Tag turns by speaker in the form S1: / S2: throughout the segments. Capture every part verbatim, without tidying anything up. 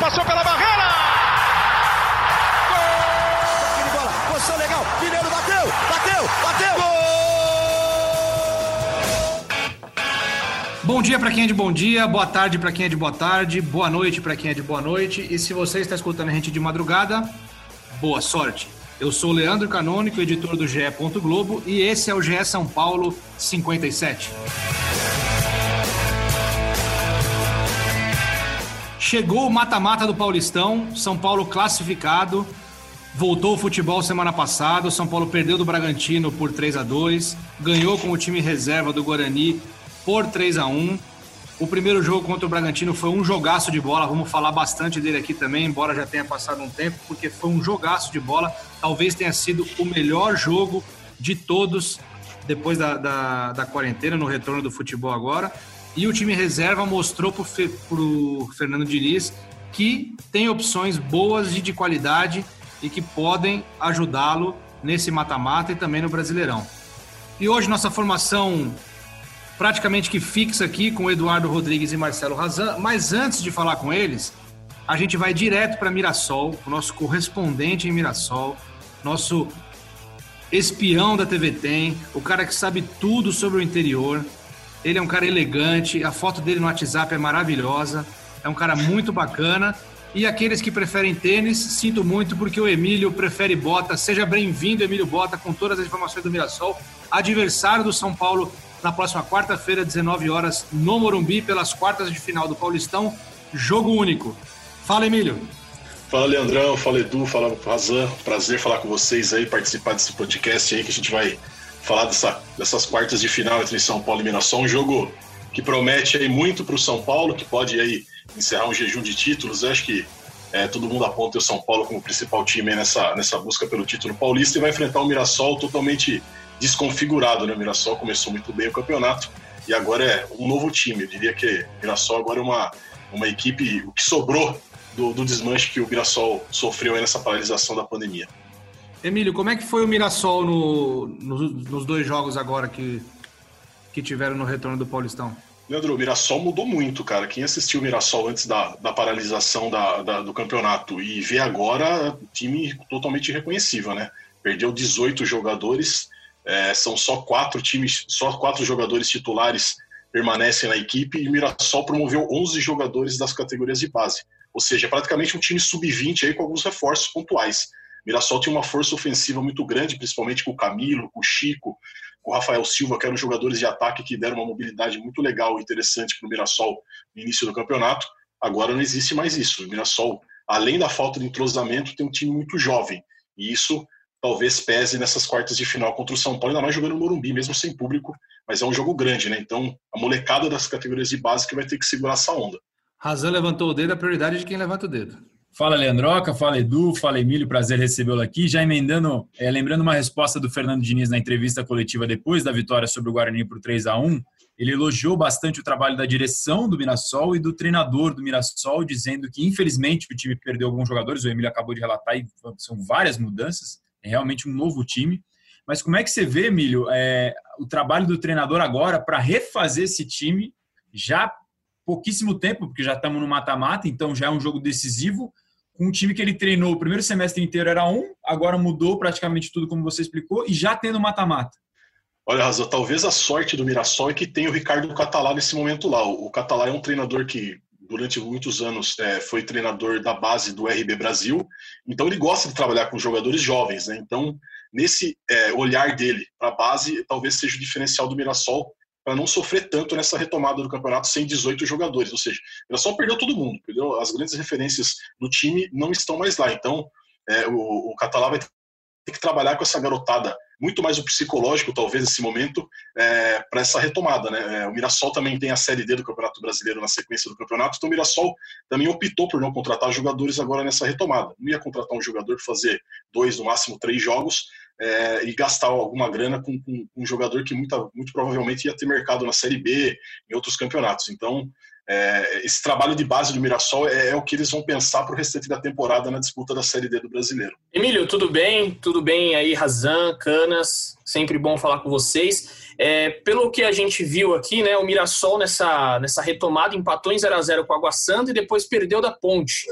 S1: passou pela barreira!
S2: Gol! De bola, posição legal, Mineiro bateu, bateu, bateu! Gol!
S3: Bom dia para quem é de bom dia, boa tarde para quem é de boa tarde, boa noite para quem é de boa noite. E se você está escutando a gente de madrugada, boa sorte. Eu sou o Leandro Canônico, editor do G E. Globo, e esse é o G E São Paulo cinquenta e sete. Chegou o mata-mata do Paulistão, São Paulo classificado, voltou o futebol semana passada, o São Paulo perdeu do Bragantino por três a dois, ganhou com o time reserva do Guarani por três a um. O primeiro jogo contra o Bragantino foi um jogaço de bola, vamos falar bastante dele aqui também, embora já tenha passado um tempo, porque foi um jogaço de bola, talvez tenha sido o melhor jogo de todos depois da, da, da quarentena, no retorno do futebol agora. E o time reserva mostrou para o Fernando Diniz que tem opções boas e de qualidade e que podem ajudá-lo nesse mata-mata e também no Brasileirão. E hoje nossa formação praticamente que fixa aqui com Eduardo Rodrigues e Marcelo Razan, mas antes de falar com eles, a gente vai direto para Mirassol, o nosso correspondente em Mirassol, nosso espião da T V Tem, o cara que sabe tudo sobre o interior. Ele é um cara elegante, a foto dele no WhatsApp é maravilhosa, é um cara muito bacana. E aqueles que preferem tênis, sinto muito porque o Emílio prefere bota. Seja bem-vindo, Emílio Bota, com todas as informações do Mirassol, adversário do São Paulo na próxima quarta-feira, dezenove horas, no Morumbi, pelas quartas de final do Paulistão, jogo único. Fala, Emílio.
S4: Fala, Leandrão, fala, Edu, fala, Razan. Prazer falar com vocês aí, participar desse podcast aí, que a gente vai falar dessa, dessas quartas de final entre São Paulo e Mirassol, um jogo que promete aí muito para o São Paulo, que pode aí encerrar um jejum de títulos. Eu acho que é, todo mundo aponta o São Paulo como principal time nessa, nessa busca pelo título paulista e vai enfrentar o Mirassol totalmente desconfigurado, né? O Mirassol começou muito bem o campeonato e agora é um novo time. Eu diria que o Mirassol agora é uma, uma equipe, o que sobrou do, do desmanche que o Mirassol sofreu aí nessa paralisação da pandemia.
S3: Emílio, como é que foi o Mirassol no, no, nos dois jogos agora que, que tiveram no retorno do Paulistão?
S4: Leandro, o Mirassol mudou muito, cara. Quem assistiu o Mirassol antes da, da paralisação da, da, do campeonato e vê agora, time totalmente irreconhecível, né? Perdeu dezoito jogadores. É, são só quatro times, só quatro jogadores titulares permanecem na equipe e o Mirassol promoveu onze jogadores das categorias de base. Ou seja, praticamente um time sub vinte aí com alguns reforços pontuais. O Mirassol tinha uma força ofensiva muito grande, principalmente com o Camilo, com o Chico, com o Rafael Silva, que eram jogadores de ataque que deram uma mobilidade muito legal e interessante para o Mirassol no início do campeonato. Agora não existe mais isso. O Mirassol, além da falta de entrosamento, tem um time muito jovem. E isso talvez pese nessas quartas de final contra o São Paulo, ainda mais jogando no Morumbi, mesmo sem público, mas é um jogo grande, né? Então, a molecada das categorias de base que vai ter que segurar essa onda.
S3: Razan levantou o dedo, a prioridade é de quem levanta o dedo.
S5: Fala, Leandroca, fala, Edu, fala, Emílio, prazer recebê-lo aqui. Já emendando, é, lembrando uma resposta do Fernando Diniz na entrevista coletiva depois da vitória sobre o Guarani por três a um, ele elogiou bastante o trabalho da direção do Mirassol e do treinador do Mirassol, dizendo que, infelizmente, o time perdeu alguns jogadores, o Emílio acabou de relatar, e são várias mudanças. É realmente um novo time. Mas como é que você vê, Emílio, é, o trabalho do treinador agora para refazer esse time já pouquíssimo tempo, porque já estamos no mata-mata, então já é um jogo decisivo, com um time que ele treinou o primeiro semestre inteiro era um, agora mudou praticamente tudo como você explicou, e já tendo mata-mata?
S4: Olha, Razan, talvez a sorte do Mirassol é que tem o Ricardo Catalá nesse momento lá. O Catalá é um treinador que durante muitos anos é, foi treinador da base do R B Brasil, então ele gosta de trabalhar com jogadores jovens, né? Então, nesse é, olhar dele para a base, talvez seja o diferencial do Mirassol para não sofrer tanto nessa retomada do campeonato sem dezoito jogadores, ou seja, o Mirassol perdeu todo mundo, perdeu, as grandes referências do time não estão mais lá, então é, o, o Catalá vai ter que trabalhar com essa garotada, muito mais o psicológico, talvez, nesse momento, é, para essa retomada, né? É, o Mirassol também tem a Série D do Campeonato Brasileiro na sequência do campeonato, então o Mirassol também optou por não contratar jogadores agora nessa retomada. Não ia contratar um jogador para fazer dois, no máximo três jogos, é, e gastar alguma grana com, com, com um jogador que muita, muito provavelmente ia ter mercado na Série B, em outros campeonatos. Então, É, esse trabalho de base do Mirassol é, é o que eles vão pensar para o restante da temporada na disputa da Série D do Brasileiro.
S6: Emílio, tudo bem? Tudo bem aí, Razan, Canas? Sempre bom falar com vocês. É, pelo que a gente viu aqui, né, o Mirassol nessa, nessa retomada empatou em zero a zero com o Água Santa e depois perdeu da Ponte.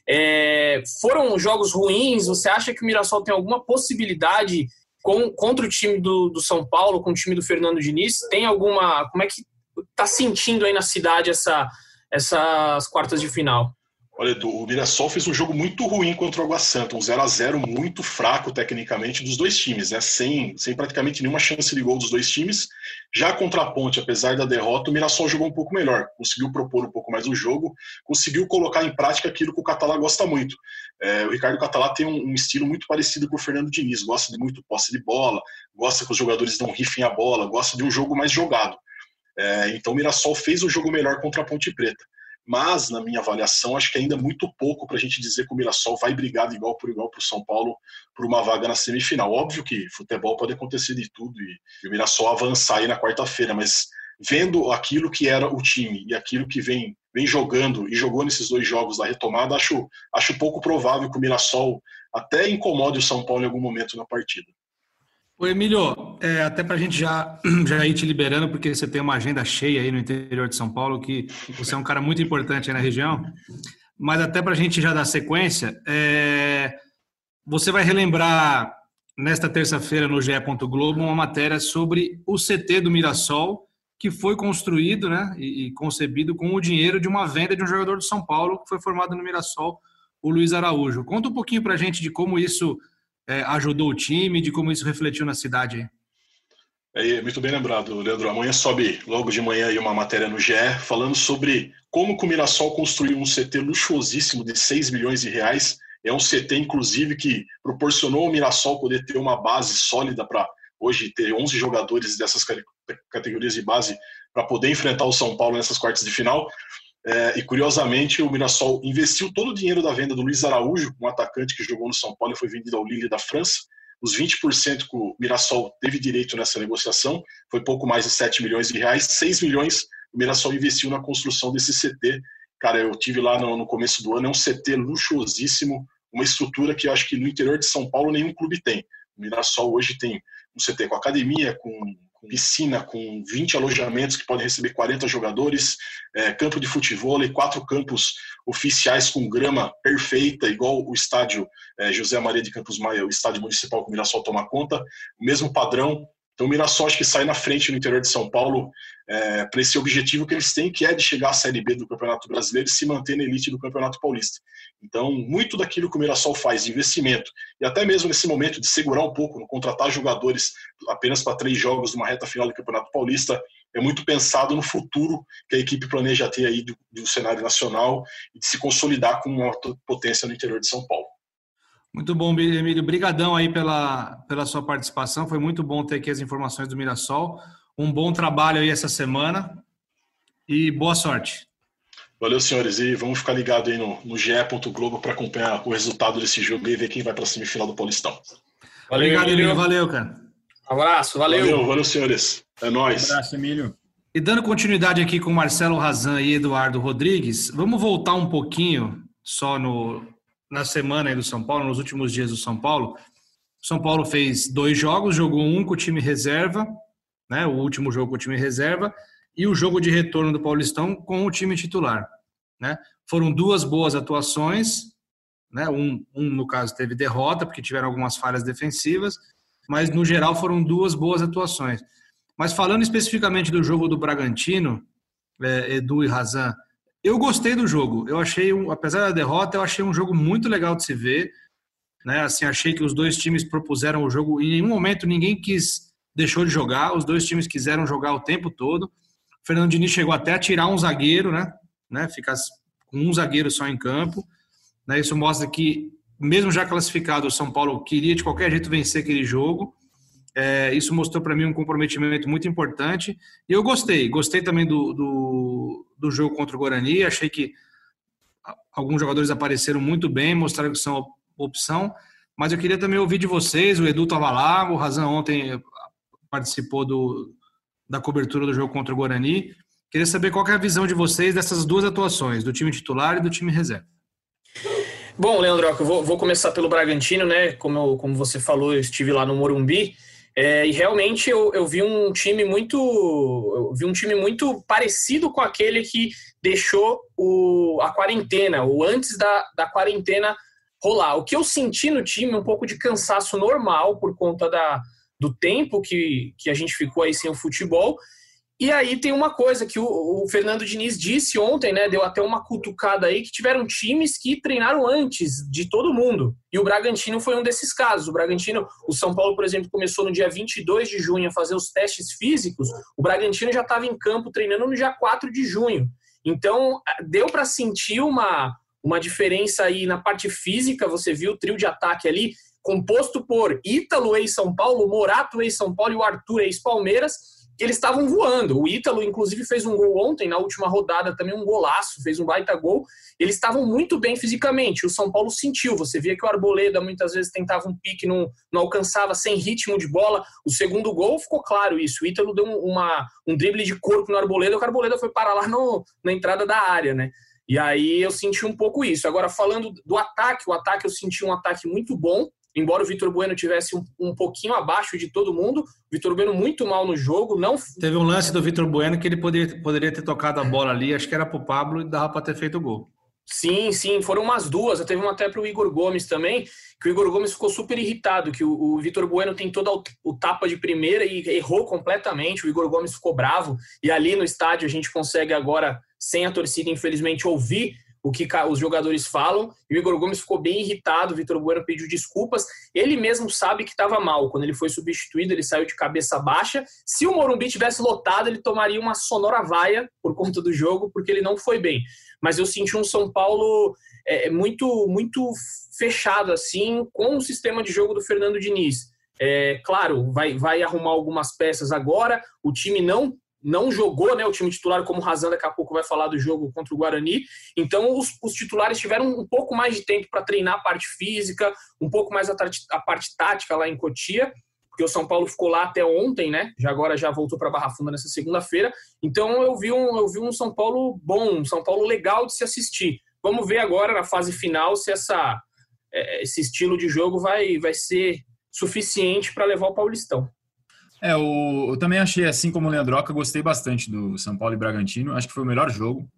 S6: É, foram jogos ruins? Você acha que o Mirassol tem alguma possibilidade com, contra o time do, do São Paulo, com o time do Fernando Diniz? Tem alguma... Como é que tá sentindo aí na cidade essa, essas quartas de final?
S4: Olha, Edu, o Mirassol fez um jogo muito ruim contra o Água Santa, um zero a zero muito fraco tecnicamente dos dois times, né? Sem, sem praticamente nenhuma chance de gol dos dois times. Já contra a Ponte, apesar da derrota, o Mirassol jogou um pouco melhor, conseguiu propor um pouco mais o jogo, conseguiu colocar em prática aquilo que o Catalá gosta muito. É, o Ricardo Catalá tem um, um estilo muito parecido com o Fernando Diniz, gosta de muito posse de bola, gosta que os jogadores não rifem a bola, gosta de um jogo mais jogado. É, então o Mirassol fez um jogo melhor contra a Ponte Preta. Mas, na minha avaliação, acho que ainda é muito pouco para a gente dizer que o Mirassol vai brigar de igual por igual para o São Paulo por uma vaga na semifinal. Óbvio que futebol pode acontecer de tudo e, e o Mirassol avançar aí na quarta-feira, mas vendo aquilo que era o time e aquilo que vem, vem jogando e jogou nesses dois jogos da retomada, acho, acho pouco provável que o Mirassol até incomode o São Paulo em algum momento na partida.
S3: Ô Emílio, é, até para a gente já, já ir te liberando, porque você tem uma agenda cheia aí no interior de São Paulo, que você é um cara muito importante aí na região, mas até para a gente já dar sequência, é, você vai relembrar nesta terça-feira no G E. Globo uma matéria sobre o C T do Mirassol, que foi construído, né, e, e concebido com o dinheiro de uma venda de um jogador do São Paulo, que foi formado no Mirassol, o Luiz Araújo. Conta um pouquinho para a gente de como isso... É, ajudou o time, de como isso refletiu na cidade?
S4: É muito bem lembrado, Leandro. Amanhã sobe logo de manhã aí uma matéria no G E falando sobre como que o Mirassol construiu um C T luxuosíssimo de seis milhões de reais. É um C T, inclusive, que proporcionou ao Mirassol poder ter uma base sólida para hoje ter onze jogadores dessas categorias de base para poder enfrentar o São Paulo nessas quartas de final. É, e curiosamente o Mirassol investiu todo o dinheiro da venda do Luiz Araújo, um atacante que jogou no São Paulo e foi vendido ao Lille da França. Os vinte por cento que o Mirassol teve direito nessa negociação foi pouco mais de sete milhões de reais. seis milhões o Mirassol investiu na construção desse C T. Cara, eu tive lá no, no começo do ano, é um C T luxuosíssimo, uma estrutura que eu acho que no interior de São Paulo nenhum clube tem. O Mirassol hoje tem um C T com academia, com com piscina, com vinte alojamentos que podem receber quarenta jogadores, é, campo de futebol e quatro campos oficiais com grama perfeita, igual o estádio é, José Maria de Campos Maia, o estádio municipal que o Mirassol toma conta, o mesmo padrão. Então o Mirassol acho que sai na frente no interior de São Paulo é, para esse objetivo que eles têm, que é de chegar à Série B do Campeonato Brasileiro e se manter na elite do Campeonato Paulista. Então, muito daquilo que o Mirassol faz de investimento, e até mesmo nesse momento de segurar um pouco, no contratar jogadores apenas para três jogos numa reta final do Campeonato Paulista, é muito pensado no futuro que a equipe planeja ter aí do, do cenário nacional e de se consolidar com uma potência no interior de São Paulo.
S3: Muito bom, Emílio. Brigadão aí pela, pela sua participação. Foi muito bom ter aqui as informações do Mirassol. Um bom trabalho aí essa semana e boa sorte.
S4: Valeu, senhores. E vamos ficar ligados aí no, no G E. Globo para acompanhar o resultado desse jogo e ver quem vai para a semifinal do Paulistão.
S3: Valeu, Obrigado, Emílio. Valeu, cara.
S6: Abraço, valeu.
S4: Valeu, valeu, senhores. É nóis.
S5: Um abraço, Emílio.
S3: E dando continuidade aqui com Marcelo Razan e Eduardo Rodrigues, vamos voltar um pouquinho só no... na semana aí do São Paulo, nos últimos dias do São Paulo. O São Paulo fez dois jogos, jogou um com o time reserva, né, o último jogo com o time reserva, e o jogo de retorno do Paulistão com o time titular. Né? Foram duas boas atuações, né? um, um, no caso, teve derrota, porque tiveram algumas falhas defensivas, mas, no geral, foram duas boas atuações. Mas falando especificamente do jogo do Bragantino, é, Edu e Razan, eu gostei do jogo. Eu achei, um, apesar da derrota, eu achei um jogo muito legal de se ver. Né? Assim, achei que os dois times propuseram o jogo. Em nenhum momento ninguém quis, deixou de jogar. Os dois times quiseram jogar o tempo todo. O Fernando Diniz chegou até a tirar um zagueiro, né? Né? Ficar com um zagueiro só em campo. Né? Isso mostra que, mesmo já classificado, o São Paulo queria de qualquer jeito vencer aquele jogo. É, isso mostrou para mim um comprometimento muito importante. E eu gostei. Gostei também do, do, do jogo contra o Guarani. Achei que alguns jogadores apareceram muito bem, mostraram que são opção. Mas eu queria também ouvir de vocês. O Edu estava lá, o Razan ontem participou do, da cobertura do jogo contra o Guarani. Queria saber qual que é a visão de vocês dessas duas atuações, do time titular e do time reserva.
S6: Bom, Leandro, eu vou, vou começar pelo Bragantino, né? Como, eu, como você falou, eu estive lá no Morumbi. É, e realmente eu, eu vi um time muito eu vi um time muito parecido com aquele que deixou o, a quarentena, ou antes da, da quarentena rolar. O que eu senti no time, um pouco de cansaço normal por conta da, do tempo que, que a gente ficou aí sem o futebol. E aí tem uma coisa que o, o Fernando Diniz disse ontem, né, deu até uma cutucada aí, que tiveram times que treinaram antes de todo mundo. E o Bragantino foi um desses casos. O Bragantino, o São Paulo, por exemplo, começou no dia vinte e dois de junho a fazer os testes físicos. O Bragantino já estava em campo treinando no dia quatro de junho. Então, deu para sentir uma, uma diferença aí na parte física. Você viu o trio de ataque ali, composto por Ítalo, ex-São Paulo, Morato, ex-São Paulo, e o Arthur, ex-Palmeiras, que eles estavam voando. O Ítalo, inclusive, fez um gol ontem, na última rodada também, um golaço, fez um baita gol. Eles estavam muito bem fisicamente, o São Paulo sentiu. Você via que o Arboleda muitas vezes tentava um pique, não, não alcançava, sem ritmo de bola. O segundo gol ficou claro isso. O Ítalo deu uma, um drible de corpo no Arboleda, o Arboleda foi parar lá no, na entrada da área, né? E aí eu senti um pouco isso. Agora, falando do ataque, o ataque eu senti um ataque muito bom. Embora o Vitor Bueno tivesse um, um pouquinho abaixo de todo mundo, o Vitor Bueno muito mal no jogo. Não...
S3: Teve um lance do Vitor Bueno que ele poderia, poderia ter tocado a bola ali, acho que era pro Pablo e dava para ter feito o gol.
S6: Sim, sim, foram umas duas. Teve uma até pro Igor Gomes também, que o Igor Gomes ficou super irritado, que o, o Vitor Bueno tem toda o, o tapa de primeira e errou completamente. O Igor Gomes ficou bravo, e ali no estádio a gente consegue agora, sem a torcida, infelizmente, ouvir o que os jogadores falam, e o Igor Gomes ficou bem irritado. O Vitor Bueno pediu desculpas, ele mesmo sabe que estava mal, quando ele foi substituído ele saiu de cabeça baixa. Se o Morumbi tivesse lotado, ele tomaria uma sonora vaia por conta do jogo, porque ele não foi bem, mas eu senti um São Paulo é, muito, muito fechado assim, com o sistema de jogo do Fernando Diniz. É, claro, vai, vai arrumar algumas peças agora, o time não não jogou, né, o time titular, como o Razan daqui a pouco vai falar do jogo contra o Guarani. Então os, os titulares tiveram um pouco mais de tempo para treinar a parte física, um pouco mais a, a parte tática lá em Cotia, porque o São Paulo ficou lá até ontem, né, já agora já voltou para Barra Funda nessa segunda-feira. Então eu vi, um, eu vi um São Paulo bom, um São Paulo legal de se assistir. Vamos ver agora na fase final se essa, esse estilo de jogo vai, vai ser suficiente para levar o Paulistão.
S5: É, eu, eu também achei, assim como o Leandroca, gostei bastante do São Paulo e Bragantino. Acho que foi o melhor jogo.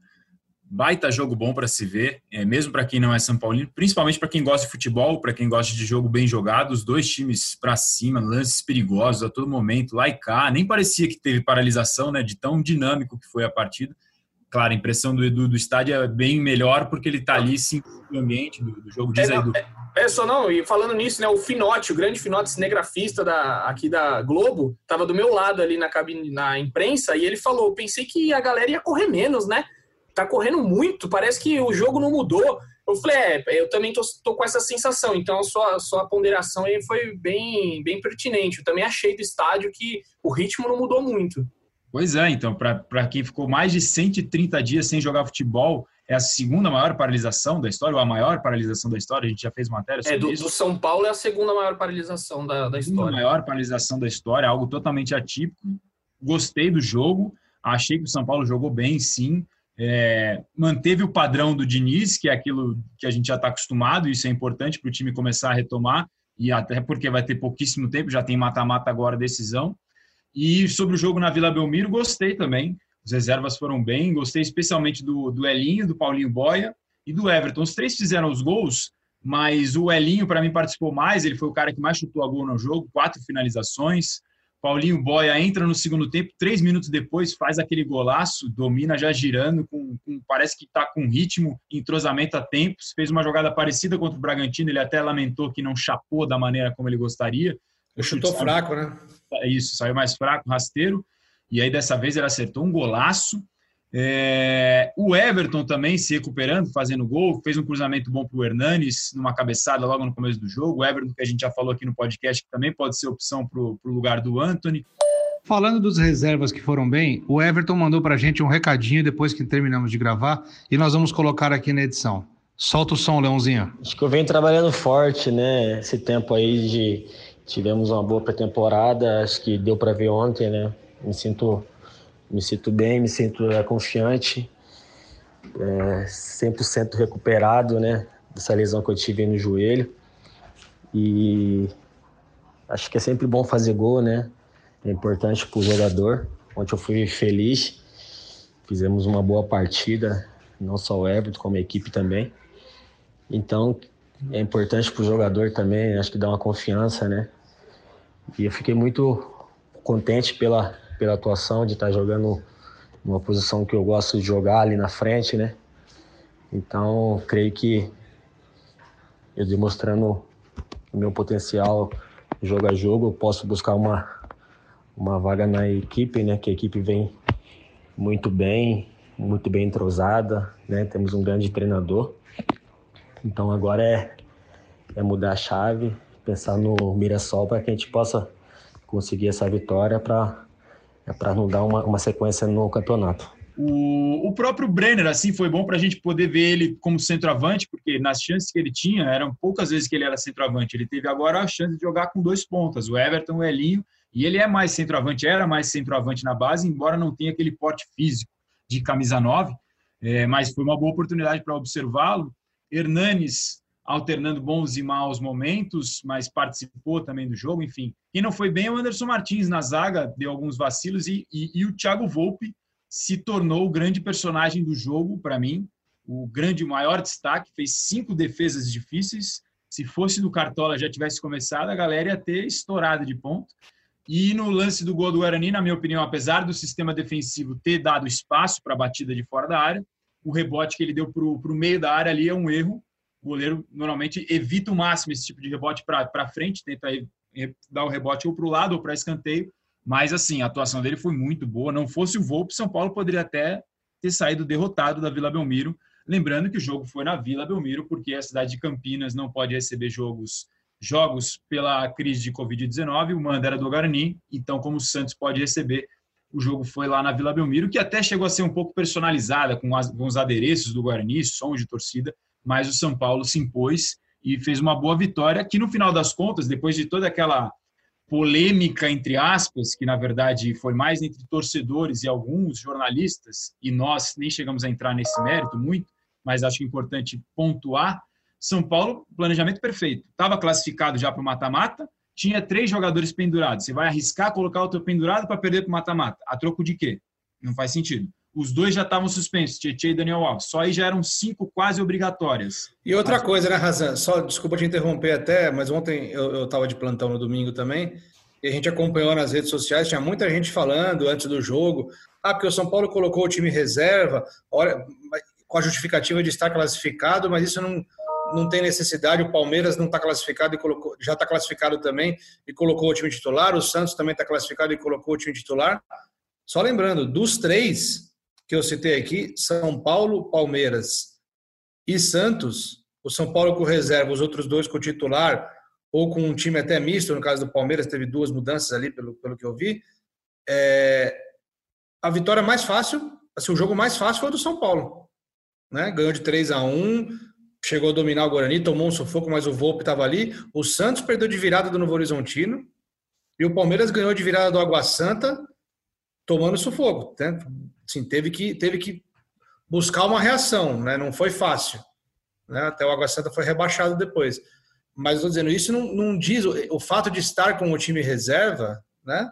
S5: Baita jogo bom para se ver, é, mesmo para quem não é São Paulino, principalmente para quem gosta de futebol, para quem gosta de jogo bem jogado. Os dois times para cima, lances perigosos a todo momento, lá e cá. Nem parecia que teve paralisação, né, de tão dinâmico que foi a partida. Claro, a impressão do Edu do estádio é bem melhor, porque ele está ali, sim, no ambiente do, do jogo. Diz
S6: é,
S5: aí, Edu.
S6: É, é só não, e falando nisso, né, o Finotti, o grande Finotti, cinegrafista da, aqui da Globo, estava do meu lado ali na cabine, na imprensa, e ele falou, pensei que a galera ia correr menos, né? Tá correndo muito, parece que o jogo não mudou. Eu falei, é, eu também tô, tô com essa sensação, então a sua, a sua ponderação aí foi bem, bem pertinente. Eu também achei do estádio que o ritmo não mudou muito.
S5: Pois é, então, para quem ficou mais de cento e trinta dias sem jogar futebol, é a segunda maior paralisação da história, ou a maior paralisação da história, a gente já fez matéria sobre
S6: é, do,
S5: isso.
S6: Do São Paulo é a segunda maior paralisação da, da história.
S5: A maior paralisação da história, algo totalmente atípico. Gostei do jogo, achei que o São Paulo jogou bem, sim. É, manteve o padrão do Diniz, que é aquilo que a gente já está acostumado, isso é importante para o time começar a retomar, e até porque vai ter pouquíssimo tempo, já tem mata-mata agora, decisão. E sobre o jogo na Vila Belmiro, gostei também. Os reservas foram bem. Gostei especialmente do, do Elinho, do Paulinho Boia e do Everton. Os três fizeram os gols, mas o Elinho, para mim, participou mais. Ele foi o cara que mais chutou a gol no jogo, quatro finalizações. Paulinho Boia entra no segundo tempo, três minutos depois faz aquele golaço, domina já girando, com, com, parece que está com ritmo, entrosamento a tempos. Fez uma jogada parecida contra o Bragantino. Ele até lamentou que não chapou da maneira como ele gostaria.
S3: O chutou fraco, né?
S5: Isso, saiu mais fraco, rasteiro. E aí, dessa vez, ele acertou um golaço. É... O Everton também se recuperando, fazendo gol. Fez um cruzamento bom para o Hernanes, numa cabeçada logo no começo do jogo. O Everton, que a gente já falou aqui no podcast, que também pode ser opção para o lugar do Antony.
S1: Falando dos reservas que foram bem, o Everton mandou para a gente um recadinho depois que terminamos de gravar e nós vamos colocar aqui na edição. Solta o som, Leãozinho.
S7: Acho que eu venho trabalhando forte, né? Esse tempo aí de... Tivemos uma boa pré-temporada, acho que deu para ver ontem, né? Me sinto, me sinto bem, me sinto é, confiante, é, cem por cento recuperado, né? Dessa lesão que eu tive no joelho. E acho que é sempre bom fazer gol, né? É importante para o jogador. Ontem eu fui feliz, fizemos uma boa partida, não só o Everton, como a equipe também. Então, é importante para o jogador também, acho que dá uma confiança, né? E eu fiquei muito contente pela, pela atuação, de estar jogando numa posição que eu gosto de jogar ali na frente, né? Então, creio que eu demonstrando o meu potencial jogo a jogo, eu posso buscar uma, uma vaga na equipe, né? Que a equipe vem muito bem, muito bem entrosada, né? Temos um grande treinador. Então agora é, é mudar a chave, pensar no Mirassol para que a gente possa conseguir essa vitória para é para não dar uma, uma sequência no campeonato.
S5: O, o próprio Brenner, assim, foi bom para a gente poder ver ele como centroavante, porque nas chances que ele tinha, eram poucas vezes que ele era centroavante. Ele teve agora a chance de jogar com dois pontas, o Everton e o Elinho, e ele é mais centroavante, era mais centroavante na base, embora não tenha aquele porte físico de camisa nove, é, mas foi uma boa oportunidade para observá-lo. Hernanes alternando bons e maus momentos, mas participou também do jogo, enfim. Quem não foi bem é o Anderson Martins na zaga, deu alguns vacilos, e, e, e o Thiago Volpi se tornou o grande personagem do jogo, para mim, o grande, maior destaque, fez cinco defesas difíceis. Se fosse do Cartola já tivesse começado, a galera ia ter estourado de ponto. E no lance do gol do Guarani, na minha opinião, apesar do sistema defensivo ter dado espaço para a batida de fora da área, o rebote que ele deu para o meio da área ali é um erro. O goleiro normalmente evita o máximo esse tipo de rebote para frente, tenta dar o rebote ou para o lado ou para escanteio, mas assim, a atuação dele foi muito boa. Não fosse o Volpi, São Paulo poderia até ter saído derrotado da Vila Belmiro. Lembrando que o jogo foi na Vila Belmiro, porque a cidade de Campinas não pode receber jogos, jogos pela crise de covid dezenove, o mando era do Guarani, então como o Santos pode receber, o jogo foi lá na Vila Belmiro, que até chegou a ser um pouco personalizada, com, as, com os adereços do Guarani, sons de torcida, mas o São Paulo se impôs e fez uma boa vitória, que no final das contas, depois de toda aquela polêmica, entre aspas, que na verdade foi mais entre torcedores e alguns jornalistas, e nós nem chegamos a entrar nesse mérito muito, mas acho importante pontuar, São Paulo, planejamento perfeito. Estava classificado já para o mata-mata, tinha três jogadores pendurados. Você vai arriscar colocar o teu pendurado para perder para o mata-mata. A troco de quê? Não faz sentido. Os dois já estavam suspensos, Tietê e Daniel Alves. Só aí já eram cinco quase obrigatórias.
S8: E outra mas... coisa, né, Razan? Só, desculpa te interromper até, mas ontem eu estava de plantão no domingo também, e a gente acompanhou nas redes sociais, tinha muita gente falando antes do jogo, ah, porque o São Paulo colocou o time reserva, olha, com a justificativa de estar classificado, mas isso não, não tem necessidade, o Palmeiras não está classificado e colocou, já está classificado também e colocou o time titular, o Santos também está classificado e colocou o time titular. Só lembrando, dos três que eu citei aqui, São Paulo, Palmeiras e Santos, o São Paulo com reserva, os outros dois com titular, ou com um time até misto, no caso do Palmeiras, teve duas mudanças ali, pelo, pelo que eu vi, é, a vitória mais fácil, assim, o jogo mais fácil foi o do São Paulo, né? Ganhou de três a um, chegou a dominar o Guarani, tomou um sufoco, mas o Volpi estava ali, o Santos perdeu de virada do Novo Horizontino, e o Palmeiras ganhou de virada do Água Santa, tomando sufoco, né? Assim, teve que, teve que buscar uma reação, né? Não foi fácil, né? Até o Água Santa foi rebaixado depois. Mas estou dizendo, isso não, não diz, o, o fato de estar com o time reserva, né?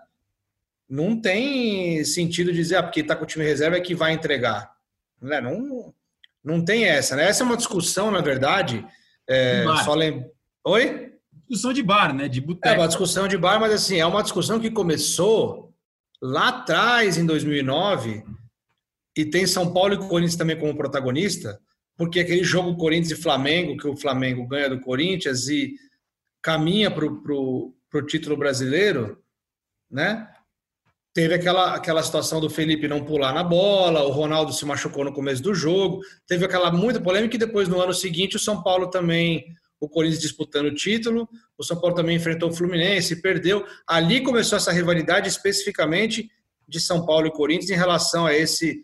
S8: Não tem sentido dizer, ah, porque está com o time reserva é que vai entregar, né? Não, não tem essa, né? Essa é uma discussão, na verdade, é, só lem... Oi?
S5: Discussão de bar, né? De boteco.
S8: É uma discussão de bar, mas assim, é uma discussão que começou lá atrás, em dois mil e nove, e tem São Paulo e Corinthians também como protagonista, porque aquele jogo Corinthians e Flamengo, que o Flamengo ganha do Corinthians e caminha para o título brasileiro, né? Teve aquela, aquela situação do Felipe não pular na bola, o Ronaldo se machucou no começo do jogo, teve aquela muita polêmica e depois, no ano seguinte, o São Paulo também, o Corinthians disputando o título, o São Paulo também enfrentou o Fluminense, perdeu. Ali começou essa rivalidade especificamente de São Paulo e Corinthians em relação a esse...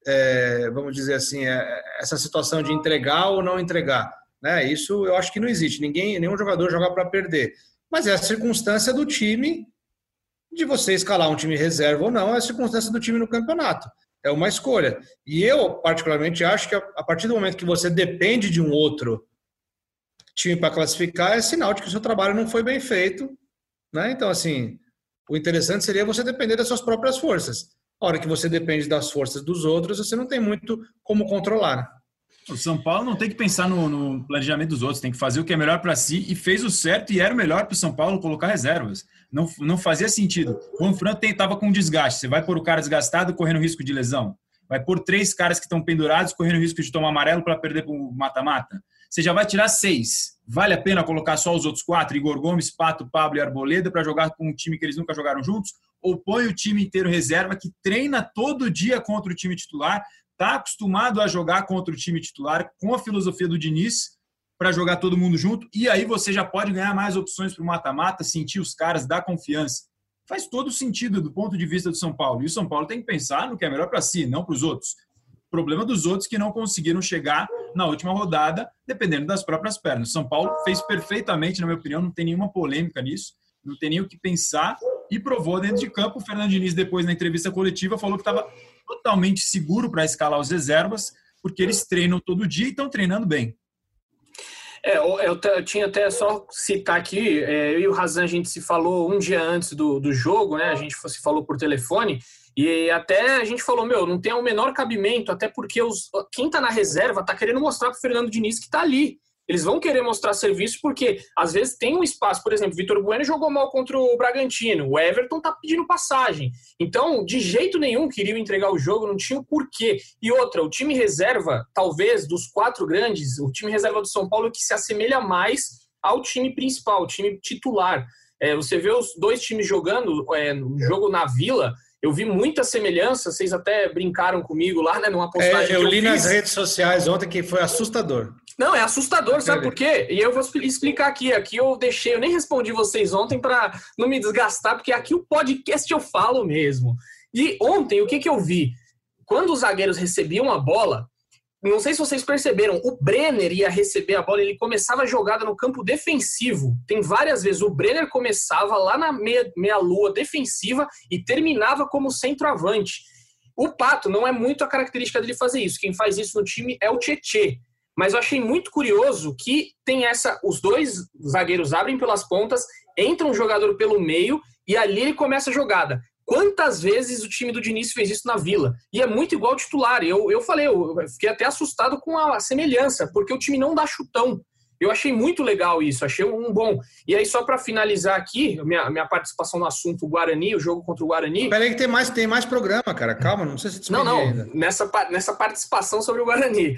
S8: É, vamos dizer assim, é, essa situação de entregar ou não entregar, né? Isso eu acho que não existe. Ninguém, nenhum jogador joga para perder. Mas é a circunstância do time, de você escalar um time reserva ou não, é a circunstância do time no campeonato. É uma escolha. E eu, particularmente, acho que a partir do momento que você depende de um outro time para classificar, é sinal de que o seu trabalho não foi bem feito, né? Então, assim, o interessante seria você depender das suas próprias forças. A hora que você depende das forças dos outros, você não tem muito como controlar, né?
S5: O São Paulo não tem que pensar no, no planejamento dos outros, tem que fazer o que é melhor para si, e fez o certo, e era o melhor para o São Paulo colocar reservas. Não, não fazia sentido. O Juan Fran estava com desgaste. Você vai pôr o cara desgastado correndo risco de lesão? Vai pôr três caras que estão pendurados correndo risco de tomar amarelo para perder para o mata-mata? Você já vai tirar seis. Vale a pena colocar só os outros quatro, Igor Gomes, Pato, Pablo e Arboleda, para jogar com um time que eles nunca jogaram juntos? Ou põe o time inteiro reserva, que treina todo dia contra o time titular, está acostumado a jogar contra o time titular, com a filosofia do Diniz, para jogar todo mundo junto, e aí você já pode ganhar mais opções para o mata-mata, sentir os caras, dar confiança. Faz todo sentido do ponto de vista do São Paulo. E o São Paulo tem que pensar no que é melhor para si, não para os outros. O problema dos outros que não conseguiram chegar na última rodada, dependendo das próprias pernas. O São Paulo fez perfeitamente, na minha opinião, não tem nenhuma polêmica nisso, não tem nem o que pensar, e provou dentro de campo. O Fernando Diniz, depois na entrevista coletiva, falou que estava totalmente seguro para escalar os reservas, porque eles treinam todo dia e estão treinando bem.
S6: É, eu, eu tinha até só citar aqui, é, eu e o Razan, a gente se falou um dia antes do, do jogo, né? A gente se falou por telefone, e até a gente falou, meu, não tem o menor cabimento, até porque os, quem tá na reserva tá querendo mostrar pro Fernando Diniz que tá ali. Eles vão querer mostrar serviço porque, às vezes, tem um espaço. Por exemplo, o Vitor Bueno jogou mal contra o Bragantino. O Everton tá pedindo passagem. Então, de jeito nenhum queriam entregar o jogo, não tinha o porquê. E outra, o time reserva, talvez, dos quatro grandes, o time reserva do São Paulo que se assemelha mais ao time principal, o time titular. É, você vê os dois times jogando, é, no jogo na Vila, eu vi muita semelhança, vocês até brincaram comigo lá, né, numa postagem
S8: é, eu
S6: que eu
S8: li
S6: fiz.
S8: nas redes sociais ontem que foi assustador.
S6: Não, é assustador, sabe por quê? E eu vou explicar aqui. Aqui eu deixei, eu nem respondi vocês ontem para não me desgastar, porque aqui o podcast eu falo mesmo. E ontem, o que, que eu vi? Quando os zagueiros recebiam a bola, não sei se vocês perceberam, o Brenner ia receber a bola, ele começava a jogada no campo defensivo. Tem várias vezes, o Brenner começava lá na meia, meia-lua defensiva e terminava como centroavante. O Pato não é muito a característica dele fazer isso. Quem faz isso no time é o Tietê. Mas eu achei muito curioso que tem essa, os dois zagueiros abrem pelas pontas, entra um jogador pelo meio e ali ele começa a jogada. Quantas vezes o time do Diniz fez isso na Vila? E é muito igual ao titular. Eu, eu falei, eu fiquei até assustado com a semelhança, porque o time não dá chutão. Eu achei muito legal isso, achei um bom. E aí, só para finalizar aqui, minha, minha participação no assunto Guarani, o jogo contra o Guarani...
S8: Peraí que tem mais, tem mais programa, cara. Calma, não sei se te
S6: Não, não,
S8: ainda.
S6: Nessa, nessa participação sobre o Guarani.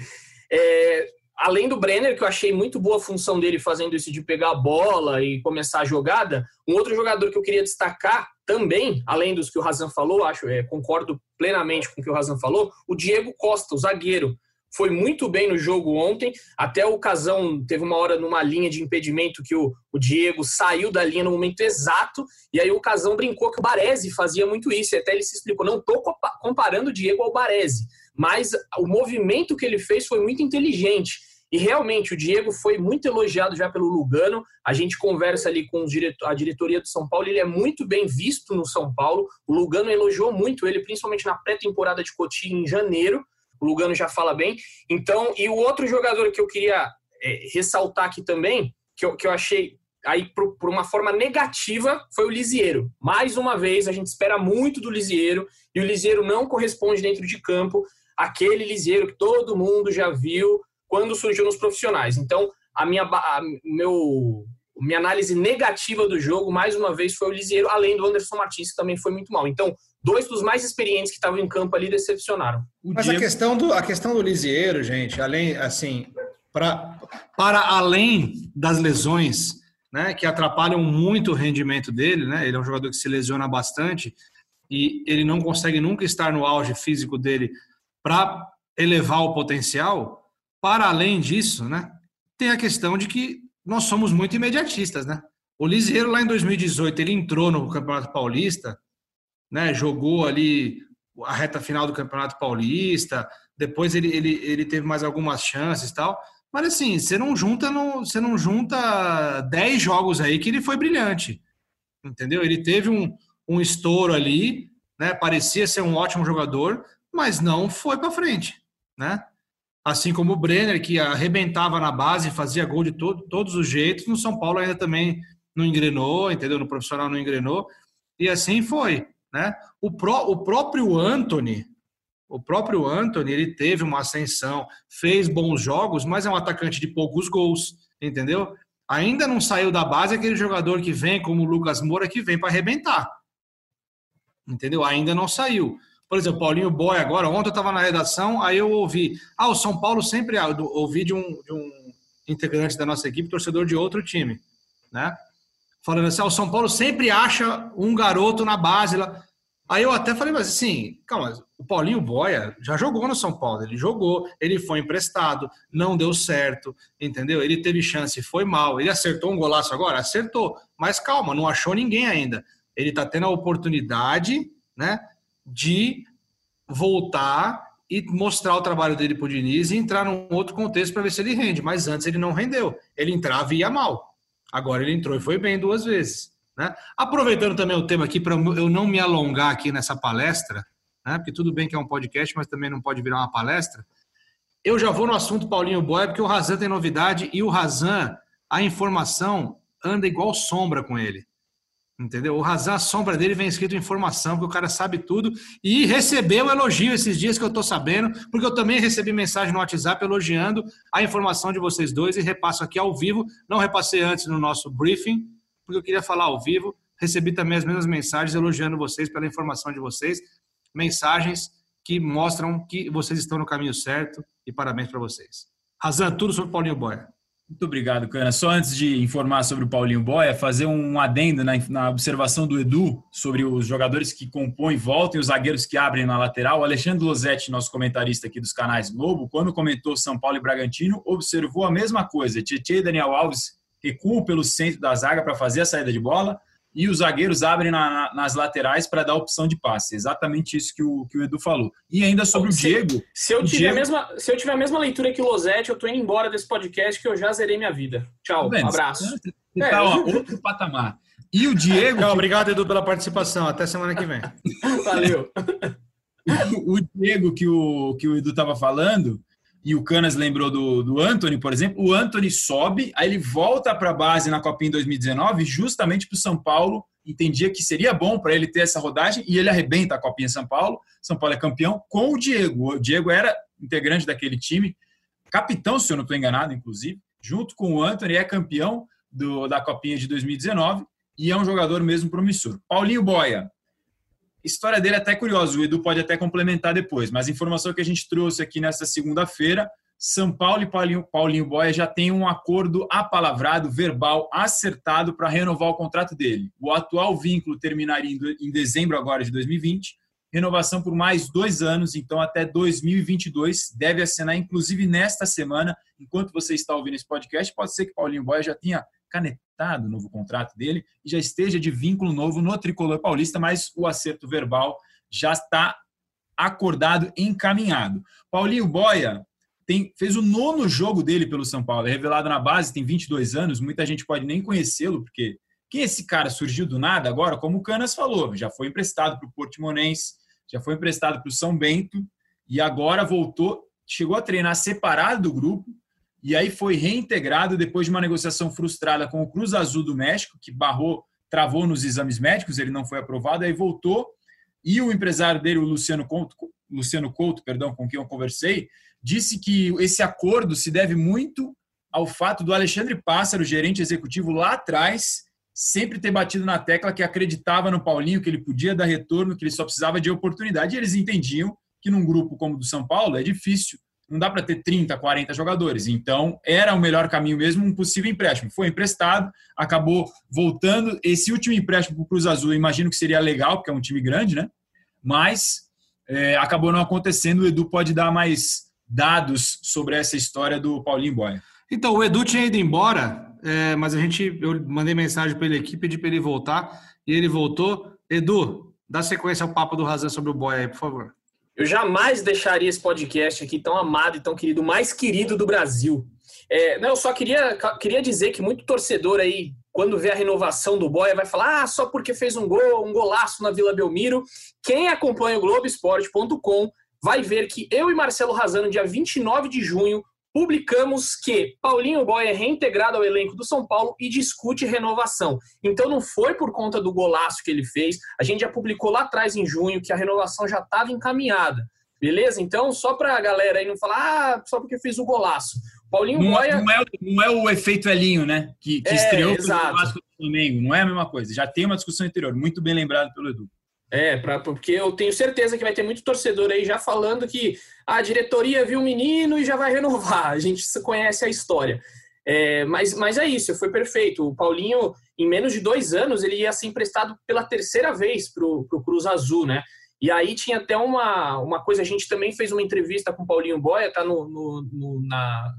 S6: É, além do Brenner, que eu achei muito boa a função dele fazendo isso de pegar a bola e começar a jogada, um outro jogador que eu queria destacar também, além dos que o Razan falou, acho, é, concordo plenamente com o que o Razan falou, o Diego Costa, o zagueiro, foi muito bem no jogo ontem, até o Casão teve uma hora numa linha de impedimento que o, o Diego saiu da linha no momento exato, e aí o Casão brincou que o Baresi fazia muito isso, e até ele se explicou, não estou comparando o Diego ao Baresi, mas o movimento que ele fez foi muito inteligente. E realmente o Diego foi muito elogiado já pelo Lugano. A gente conversa ali com a diretoria do São Paulo, ele é muito bem visto no São Paulo. O Lugano elogiou muito ele, principalmente na pré-temporada de Cotia em janeiro. O Lugano já fala bem. Então, e o outro jogador que eu queria é, ressaltar aqui também, que eu, que eu achei aí por, por uma forma negativa, foi o Lisieiro. Mais uma vez, a gente espera muito do Lisieiro, e o Lisieiro não corresponde dentro de campo aquele Lisieiro que todo mundo já viu quando surgiu nos profissionais. Então, a minha, a meu, minha análise negativa do jogo, mais uma vez, foi o Lisieiro, além do Anderson Martins, que também foi muito mal. Então, dois dos mais experientes que estavam em campo ali decepcionaram.
S8: Mas Diego... a, questão do, a questão do Lisieiro, gente, além, assim,
S1: pra, para além das lesões, né, que atrapalham muito o rendimento dele, né, ele é um jogador que se lesiona bastante e ele não consegue nunca estar no auge físico dele para elevar o potencial. Para além disso, né, tem a questão de que nós somos muito imediatistas, né? O Lisieiro, lá em dois mil e dezoito, ele entrou no Campeonato Paulista, né, jogou ali a reta final do Campeonato Paulista, depois ele, ele, ele teve mais algumas chances e tal, mas assim, você não junta no, você não junta dez jogos aí que ele foi brilhante, entendeu? Ele teve um, um estouro ali, né, parecia ser um ótimo jogador, mas não foi para frente, né? Assim como o Brenner, que arrebentava na base, fazia gol de todo, todos os jeitos, no São Paulo ainda também não engrenou, entendeu? No profissional não engrenou, e assim foi, né? O, pró, o próprio Antony, o próprio Antony, ele teve uma ascensão, fez bons jogos, mas é um atacante de poucos gols, entendeu? Ainda não saiu da base aquele jogador que vem, como o Lucas Moura, que vem para arrebentar. Entendeu? Ainda não saiu. Por exemplo, Paulinho Boia agora, ontem eu estava na redação, aí eu ouvi, ah, o São Paulo sempre, eu ouvi de um, de um integrante da nossa equipe, torcedor de outro time, né? Falando assim, ah, o São Paulo sempre acha um garoto na base lá. Aí eu até falei, mas assim, calma, o Paulinho Boia já jogou no São Paulo, ele jogou, ele foi emprestado, não deu certo, entendeu? Ele teve chance, foi mal, ele acertou um golaço agora? Acertou, mas calma, não achou ninguém ainda. Ele está tendo a oportunidade, né, de voltar e mostrar o trabalho dele para o Diniz e entrar num outro contexto para ver se ele rende, mas antes ele não rendeu, ele entrava e ia mal, agora ele entrou e foi bem duas vezes. Né? Aproveitando também o tema aqui, para eu não me alongar aqui nessa palestra, né? Porque tudo bem que é um podcast, mas também não pode virar uma palestra, eu já vou no assunto Paulinho Boia, porque o Razan tem novidade e o Razan, a informação anda igual sombra com ele, entendeu? O Razan, a sombra dele vem escrito informação, porque o cara sabe tudo e recebeu elogio esses dias que eu tô sabendo, porque eu também recebi mensagem no WhatsApp elogiando a informação de vocês dois e repasso aqui ao vivo, não repassei antes no nosso briefing, porque eu queria falar ao vivo, recebi também as mesmas mensagens elogiando vocês pela informação de vocês, mensagens que mostram que vocês estão no caminho certo e parabéns para vocês. Razan, tudo sobre o Paulinho Boia.
S5: Muito obrigado, Cana. Só antes de informar sobre o Paulinho Boia, fazer um adendo na, na observação do Edu sobre os jogadores que compõem volta e os zagueiros que abrem na lateral. O Alexandre Losetti, nosso comentarista aqui dos canais Globo, quando comentou São Paulo e Bragantino, observou a mesma coisa. Tietê e Daniel Alves recuam pelo centro da zaga para fazer a saída de bola e os zagueiros abrem na, na, nas laterais para dar opção de passe. Exatamente isso que o, que o Edu falou. E ainda sobre Bom, o Diego...
S6: Se, se, eu tiver
S5: Diego...
S6: A mesma, se eu tiver a mesma leitura que o Losetti, eu tô indo embora desse podcast que eu já zerei minha vida. Tchau,
S5: tá
S6: um abraço.
S5: Você tá, é. ó, outro patamar. E o Diego...
S1: Tchau, que... Obrigado, Edu, pela participação. Até semana que vem.
S6: Valeu.
S5: O Diego que o, que o Edu estava falando... E o Canas lembrou do, do Antony, por exemplo. O Antony sobe, aí ele volta para a base na Copinha em dois mil e dezenove, justamente para o São Paulo. Entendia que seria bom para ele ter essa rodagem e ele arrebenta a Copinha em São Paulo. São Paulo é campeão com o Diego. O Diego era integrante daquele time, capitão, se eu não estou enganado, inclusive. Junto com o Antony, é campeão do, da Copinha de dois mil e dezenove e é um jogador mesmo promissor. Paulinho Boia. História dele é até curiosa, o Edu pode até complementar depois, mas a informação que a gente trouxe aqui nesta segunda-feira, São Paulo e Paulinho, Paulinho Boia já tem um acordo apalavrado, verbal, acertado para renovar o contrato dele. O atual vínculo terminaria em dezembro agora de dois mil e vinte, renovação por mais dois anos, então até dois mil e vinte e dois, deve assinar inclusive nesta semana, enquanto você está ouvindo esse podcast, pode ser que Paulinho Boia já tenha canetado o novo contrato dele e já esteja de vínculo novo no Tricolor Paulista, mas o acerto verbal já está acordado, encaminhado. Paulinho Boia tem, fez o nono jogo dele pelo São Paulo, é revelado na base, tem vinte e dois anos, muita gente pode nem conhecê-lo, porque quem é esse cara? Surgiu do nada agora, como o Canas falou, já foi emprestado para o Portimonense, já foi emprestado para o São Bento e agora voltou, chegou a treinar separado do grupo, e aí foi reintegrado depois de uma negociação frustrada com o Cruz Azul do México, que barrou, travou nos exames médicos, ele não foi aprovado, aí voltou, e o empresário dele, o Luciano Couto, Luciano Couto, perdão, com quem eu conversei, disse que esse acordo se deve muito ao fato do Alexandre Pássaro, gerente executivo lá atrás, sempre ter batido na tecla que acreditava no Paulinho, que ele podia dar retorno, que ele só precisava de oportunidade, e eles entendiam que num grupo como o do São Paulo é difícil, não dá para ter trinta, quarenta jogadores. Então, era o melhor caminho mesmo, um possível empréstimo. Foi emprestado, acabou voltando. Esse último empréstimo para o Cruz Azul, eu imagino que seria legal, porque é um time grande, né? Mas é, acabou não acontecendo. O Edu pode dar mais dados sobre essa história do Paulinho Boia.
S1: Então, o Edu tinha ido embora, é, mas a gente, eu mandei mensagem para ele aqui, pedi para ele voltar, e ele voltou. Edu, dá sequência ao papo do Razan sobre o Boia aí, por favor.
S6: Eu jamais deixaria esse podcast aqui tão amado e tão querido, mais querido do Brasil. É, não, eu só queria, queria dizer que muito torcedor aí, quando vê a renovação do Boia, vai falar, ah, só porque fez um gol, um golaço na Vila Belmiro. Quem acompanha o Globoesporte ponto com vai ver que eu e Marcelo Razan, no dia vinte e nove de junho, publicamos que Paulinho Boia é reintegrado ao elenco do São Paulo e discute renovação. Então não foi por conta do golaço que ele fez, a gente já publicou lá atrás em junho que a renovação já estava encaminhada, beleza? Então só para a galera aí não falar, ah, só porque fez o golaço. Paulinho
S5: não,
S6: Boia...
S5: Não é, não é o efeito Elinho, né? Que, que
S6: é,
S5: estreou
S6: com o
S5: Vasco do Flamengo, não é a mesma coisa, já tem uma discussão interior, muito bem lembrado pelo Edu.
S6: É, pra, porque eu tenho certeza que vai ter muito torcedor aí já falando que a diretoria viu o menino e já vai renovar. A gente conhece a história. É, mas, mas é isso, foi perfeito. O Paulinho, em menos de dois anos, ele ia ser emprestado pela terceira vez para o Cruz Azul, né? E aí tinha até uma, uma coisa, a gente também fez uma entrevista com o Paulinho Boia, tá no, no, no, na,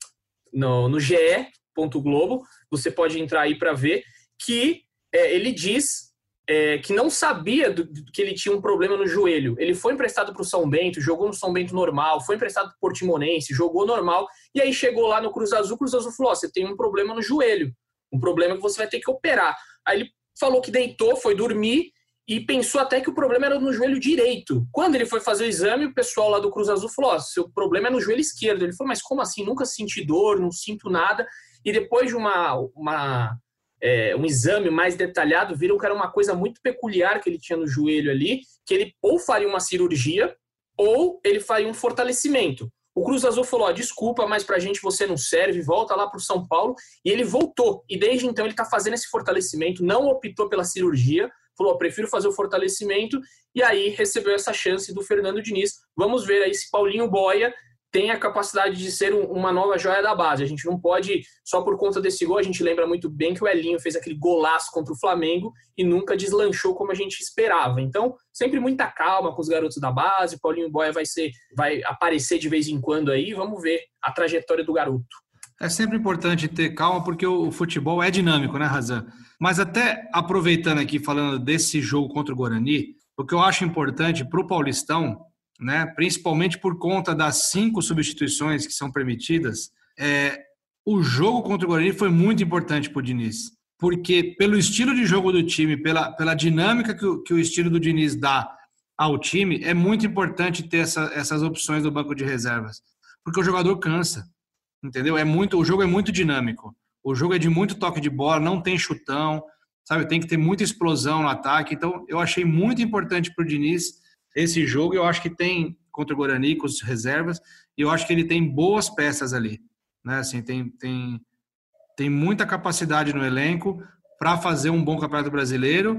S6: no, no G E ponto Globo, você pode entrar aí para ver, que é, ele diz... É, que não sabia do, que ele tinha um problema no joelho. Ele foi emprestado para o São Bento, jogou no São Bento normal, foi emprestado para o Portimonense, jogou normal, e aí chegou lá no Cruz Azul, o Cruz Azul falou, oh, você tem um problema no joelho, um problema que você vai ter que operar. Aí ele falou que deitou, foi dormir, e pensou até que o problema era no joelho direito. Quando ele foi fazer o exame, o pessoal lá do Cruz Azul falou, oh, seu problema é no joelho esquerdo. Ele falou, mas como assim? Nunca senti dor, não sinto nada. E depois de uma... uma É, um exame mais detalhado, viram que era uma coisa muito peculiar que ele tinha no joelho ali, que ele ou faria uma cirurgia ou ele faria um fortalecimento. O Cruz Azul falou, ó, desculpa, mas pra gente você não serve, volta lá pro São Paulo, e ele voltou, e desde então ele tá fazendo esse fortalecimento, não optou pela cirurgia, falou, ó, prefiro fazer o fortalecimento, e aí recebeu essa chance do Fernando Diniz. Vamos ver aí se Paulinho Boia tem a capacidade de ser uma nova joia da base. A gente não pode, só por conta desse gol, a gente lembra muito bem que o Elinho fez aquele golaço contra o Flamengo e nunca deslanchou como a gente esperava. Então, sempre muita calma com os garotos da base, o Paulinho Boia vai, ser, vai aparecer de vez em quando aí, vamos ver a trajetória do garoto.
S1: É sempre importante ter calma porque o futebol é dinâmico, né, Razan? Mas até aproveitando aqui, falando desse jogo contra o Guarani, o que eu acho importante para o Paulistão, né, principalmente por conta das cinco substituições que são permitidas, é, o jogo contra o Guarani foi muito importante para o Diniz, porque pelo estilo de jogo do time, pela, pela dinâmica que o, que o estilo do Diniz dá ao time, é muito importante ter essa, essas opções do banco de reservas, porque o jogador cansa, entendeu? É muito, o jogo é muito dinâmico, o jogo é de muito toque de bola, não tem chutão, sabe? Tem que ter muita explosão no ataque, então eu achei muito importante para o Diniz esse jogo. Eu acho que tem contra o Guarani com as reservas, e eu acho que ele tem boas peças ali, né? Assim, tem, tem, tem muita capacidade no elenco para fazer um bom Campeonato Brasileiro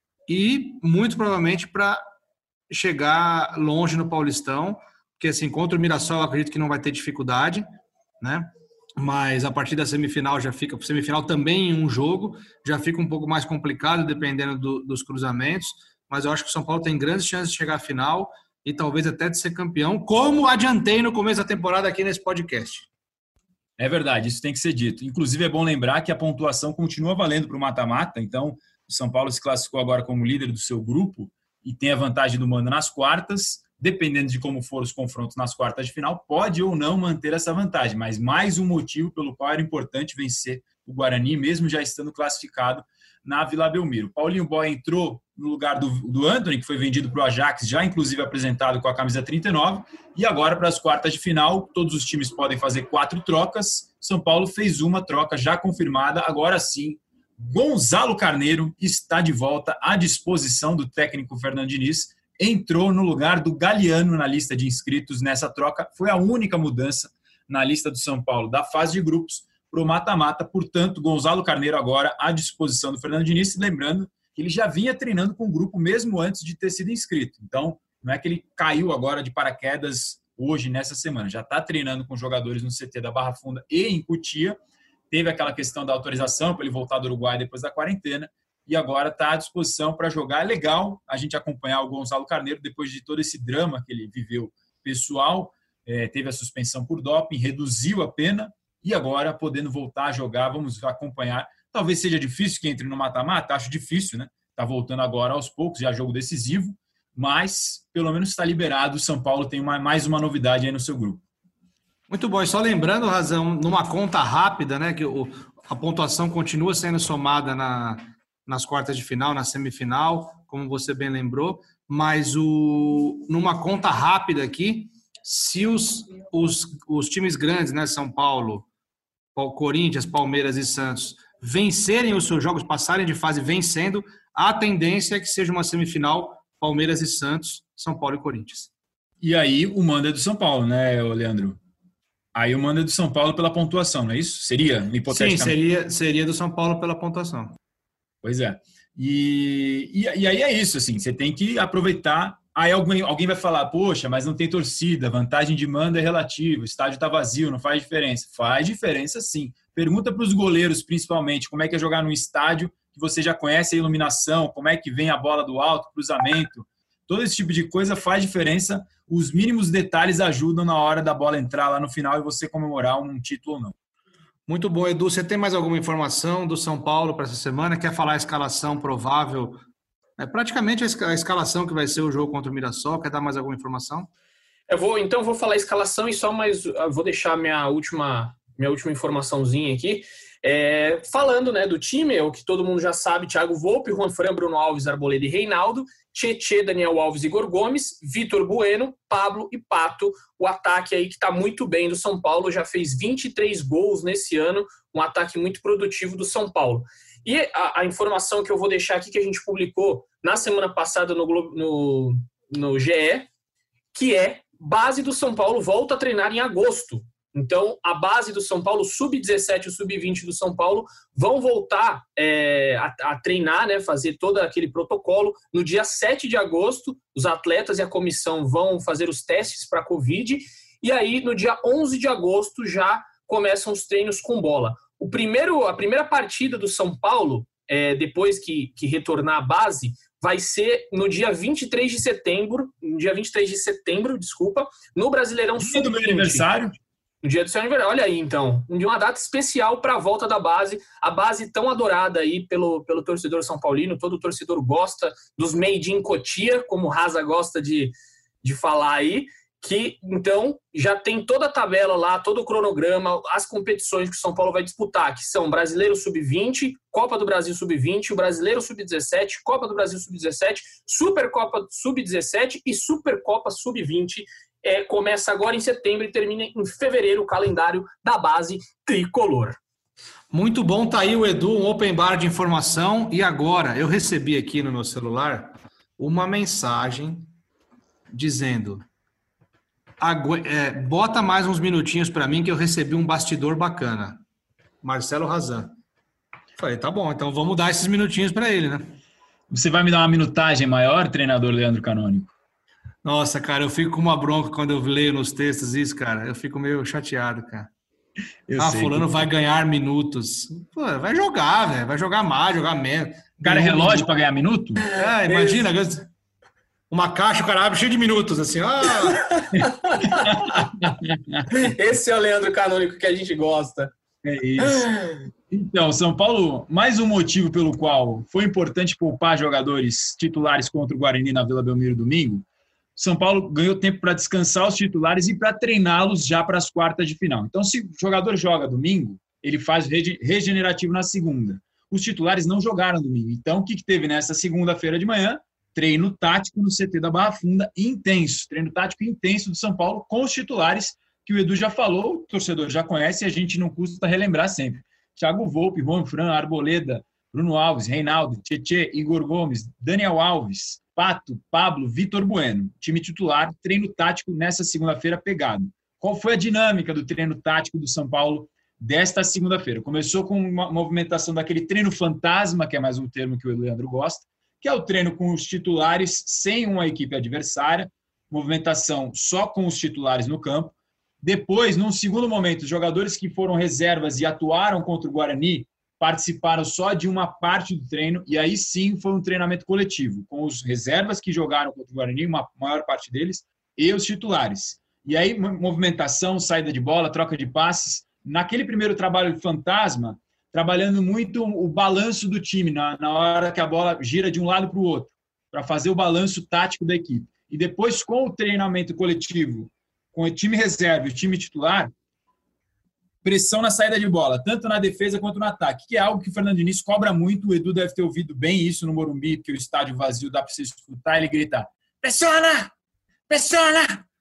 S1: e muito provavelmente para chegar longe no Paulistão, porque assim, contra o Mirassol eu acredito que não vai ter dificuldade, né? Mas a partir da semifinal já fica, semifinal também em um jogo, já fica um pouco mais complicado dependendo do, dos cruzamentos. Mas eu acho que o São Paulo tem grandes chances de chegar à final e talvez até de ser campeão, como adiantei no começo da temporada aqui nesse podcast.
S5: É verdade, isso tem que ser dito. Inclusive, é bom lembrar que a pontuação continua valendo para o mata-mata, então o São Paulo se classificou agora como líder do seu grupo e tem a vantagem do mando nas quartas. Dependendo de como for os confrontos nas quartas de final, pode ou não manter essa vantagem, mas mais um motivo pelo qual era importante vencer o Guarani, mesmo já estando classificado na Vila Belmiro. Paulinho Boia entrou no lugar do, do Antony, que foi vendido para o Ajax, já inclusive apresentado com a camisa trinta e nove, e agora para as quartas de final, todos os times podem fazer quatro trocas. São Paulo fez uma troca já confirmada, agora sim, Gonzalo Carneiro está de volta à disposição do técnico Fernando Diniz, entrou no lugar do Galeano na lista de inscritos nessa troca, foi a única mudança na lista do São Paulo da fase de grupos para o mata-mata. Portanto, Gonzalo Carneiro agora à disposição do Fernando Diniz, lembrando que ele já vinha treinando com o grupo mesmo antes de ter sido inscrito. Então, não é que ele caiu agora de paraquedas hoje, nessa semana. Já está treinando com jogadores no C T da Barra Funda e em Cotia. Teve aquela questão da autorização para ele voltar do Uruguai depois da quarentena e agora está à disposição para jogar. É legal a gente acompanhar o Gonzalo Carneiro depois de todo esse drama que ele viveu pessoal. É, teve a suspensão por doping, reduziu a pena, e agora, podendo voltar a jogar, vamos acompanhar. Talvez seja difícil que entre no mata-mata, acho difícil, né? Está voltando agora aos poucos, já jogo decisivo, mas pelo menos está liberado. O São Paulo tem uma, mais uma novidade aí no seu grupo.
S1: Muito bom. E só lembrando, Razão, numa conta rápida, né? Que o, a pontuação continua sendo somada na, nas quartas de final, na semifinal, como você bem lembrou, mas o, numa conta rápida aqui, se os, os, os times grandes, né, São Paulo, Corinthians, Palmeiras e Santos, vencerem os seus jogos, passarem de fase vencendo, a tendência é que seja uma semifinal Palmeiras e Santos, São Paulo e Corinthians.
S5: E aí o mando é do São Paulo, né, Leandro? Aí o mando é do São Paulo pela pontuação, não é isso? Seria, hipoteticamente?
S1: Sim, seria, seria do São Paulo pela pontuação.
S5: Pois é. E, e, e aí é isso, assim, você tem que aproveitar. Aí alguém, alguém vai falar, poxa, mas não tem torcida, vantagem de mando é relativa, o estádio está vazio, não faz diferença. Faz diferença, sim. Pergunta para os goleiros, principalmente, como é que é jogar num estádio que você já conhece a iluminação, como é que vem a bola do alto, cruzamento. Todo esse tipo de coisa faz diferença. Os mínimos detalhes ajudam na hora da bola entrar lá no final e você comemorar um título ou não.
S1: Muito bom, Edu. Você tem mais alguma informação do São Paulo para essa semana? Quer falar a escalação provável? É praticamente a escalação que vai ser o jogo contra o Mirassol. Quer dar mais alguma informação?
S6: Eu vou, então, vou falar a escalação e só mais... Vou deixar minha última, minha última informaçãozinha aqui. É, falando, né, do time, o que todo mundo já sabe, Thiago Volpe, Juan Fran, Bruno Alves, Arboleda e Reinaldo, Tietê, Daniel Alves, Igor Gomes, Vitor Bueno, Pablo e Pato. O ataque aí que está muito bem do São Paulo, já fez vinte e três gols nesse ano, um ataque muito produtivo do São Paulo. E a, a informação que eu vou deixar aqui, que a gente publicou na semana passada no, no, no G E, que é base do São Paulo volta a treinar em agosto. Então, a base do São Paulo, sub dezessete e o sub vinte do São Paulo, vão voltar é, a, a treinar, né, fazer todo aquele protocolo. No dia sete de agosto, os atletas e a comissão vão fazer os testes para a Covid. E aí, no dia onze de agosto, já começam os treinos com bola. O primeiro, a primeira partida do São Paulo, é, depois que, que retornar à base, vai ser no dia vinte e três de setembro, no dia vinte e três de setembro, desculpa, no Brasileirão
S5: sub vinte. Do meu aniversário.
S6: No dia do seu aniversário. Olha aí, então. Uma data especial para a volta da base. A base tão adorada aí pelo, pelo torcedor são paulino. Todo torcedor gosta dos made in Cotia, como o Raza gosta de, de falar aí. Que, então, já tem toda a tabela lá, todo o cronograma, as competições que o São Paulo vai disputar, que são Brasileiro sub vinte, Copa do Brasil sub vinte, o Brasileiro sub dezessete, Copa do Brasil sub dezessete, Supercopa sub dezessete e Supercopa sub vinte. É, começa agora em setembro e termina em fevereiro o calendário da base tricolor.
S1: Muito bom, tá aí o Edu, um open bar de informação. E agora, eu recebi aqui no meu celular uma mensagem dizendo: Agu- é, bota mais uns minutinhos para mim que eu recebi um bastidor bacana. Marcelo Razan. Falei, tá bom, então vamos dar esses minutinhos para ele, né?
S5: Você vai me dar uma minutagem maior, treinador Leandro Canônico?
S1: Nossa, cara, eu fico com uma bronca quando eu leio nos textos isso, cara. Eu fico meio chateado, cara.
S5: Eu
S1: ah,
S5: sei
S1: fulano
S5: que...
S1: vai ganhar minutos. Pô, vai jogar, velho. Vai jogar mais, jogar menos.
S5: O cara é relógio para ganhar minuto?
S1: É, imagina. Uma caixa, o cara abre cheio de minutos, assim. Ah!
S6: Esse é o Leandro Canônico que a gente gosta.
S5: É isso. Então, São Paulo, mais um motivo pelo qual foi importante poupar jogadores titulares contra o Guarani na Vila Belmiro domingo. São Paulo ganhou tempo para descansar os titulares e para treiná-los já para as quartas de final. Então, se o jogador joga domingo, ele faz regenerativo na segunda. Os titulares não jogaram domingo. Então, o que teve nessa segunda-feira de manhã? Treino tático no C T da Barra Funda, intenso. Treino tático intenso do São Paulo com os titulares, que o Edu já falou, o torcedor já conhece e a gente não custa relembrar sempre. Thiago Volpe, Juan Fran, Arboleda, Bruno Alves, Reinaldo, Tietê, Igor Gomes, Daniel Alves, Pato, Pablo, Vitor Bueno. Time titular, treino tático nessa segunda-feira pegado. Qual foi a dinâmica do treino tático do São Paulo desta segunda-feira? Começou com uma movimentação daquele treino fantasma, que é mais um termo que o Leandro gosta, que é o treino com os titulares sem uma equipe adversária, movimentação só com os titulares no campo. Depois, num segundo momento, os jogadores que foram reservas e atuaram contra o Guarani participaram só de uma parte do treino, e aí sim foi um treinamento coletivo, com os reservas que jogaram contra o Guarani, uma maior parte deles, e os titulares. E aí, movimentação, saída de bola, troca de passes. Naquele primeiro trabalho de fantasma, trabalhando muito o balanço do time, na, na hora que a bola gira de um lado para o outro, para fazer o balanço tático da equipe. E depois, com o treinamento coletivo, com o time reserva e o time titular, pressão na saída de bola, tanto na defesa quanto no ataque, que é algo que o Fernando Diniz cobra muito. O Edu deve ter ouvido bem isso no Morumbi, porque o estádio vazio dá para você escutar ele gritar: pressiona! Pressiona!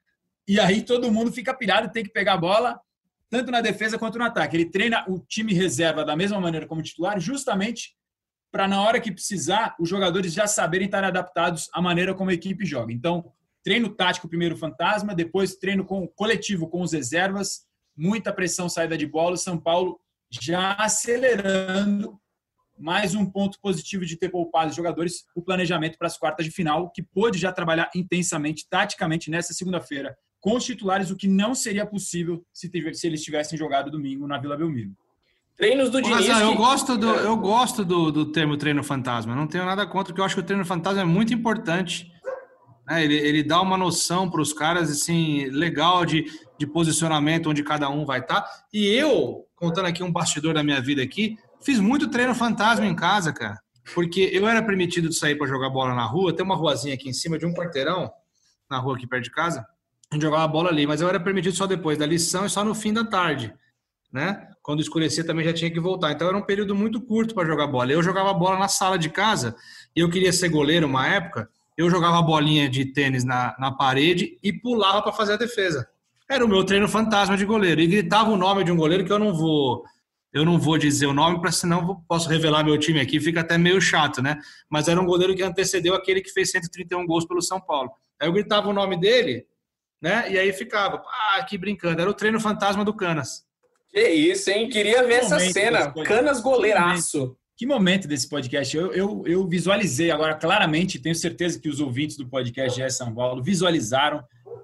S5: e aí todo mundo fica pilhado, tem que pegar a bola, tanto na defesa quanto no ataque. Ele treina o time reserva da mesma maneira como titular, justamente para, na hora que precisar, os jogadores já saberem estar adaptados à maneira como a equipe joga. Então, treino tático primeiro fantasma, depois treino com, coletivo com os reservas, muita pressão, saída de bola, o São Paulo já acelerando. Mais um ponto positivo de ter poupado os jogadores, o planejamento para as quartas de final, que pôde já trabalhar intensamente, taticamente, nessa segunda-feira, com os titulares, o que não seria possível se, se eles tivessem jogado domingo na Vila Belmiro.
S6: Treinos do Diniz.
S1: Mas, eu gosto, do, eu gosto do, do termo treino fantasma, não tenho nada contra, porque eu acho que o treino fantasma é muito importante. Né? Ele, ele dá uma noção para os caras assim, legal de, de posicionamento, onde cada um vai estar. E eu, contando aqui um bastidor da minha vida aqui, fiz muito treino fantasma em casa, cara. Porque eu era permitido de sair para jogar bola na rua. Tem uma ruazinha aqui em cima de um quarteirão, na rua aqui perto de casa. A gente jogava bola ali, mas eu era permitido só depois da lição e só no fim da tarde, né? Quando escurecia também já tinha que voltar. Então era um período muito curto para jogar bola. Eu jogava bola na sala de casa e eu queria ser goleiro uma época. Eu jogava bolinha de tênis na, na parede e pulava para fazer a defesa. Era o meu treino fantasma de goleiro. E gritava o nome de um goleiro que eu não vou... Eu não vou dizer o nome, para senão posso revelar meu time aqui, fica até meio chato, né? Mas era um goleiro que antecedeu aquele que fez cento e trinta e um gols pelo São Paulo. Aí eu gritava o nome dele, né? E aí ficava, ah, aqui brincando. Era o treino fantasma do Canas.
S6: Que isso, hein? Queria ver essa cena. Canas goleiraço.
S5: Que momento desse podcast. Eu, eu, eu visualizei agora claramente, tenho certeza que os ouvintes do podcast G E São Paulo visualizaram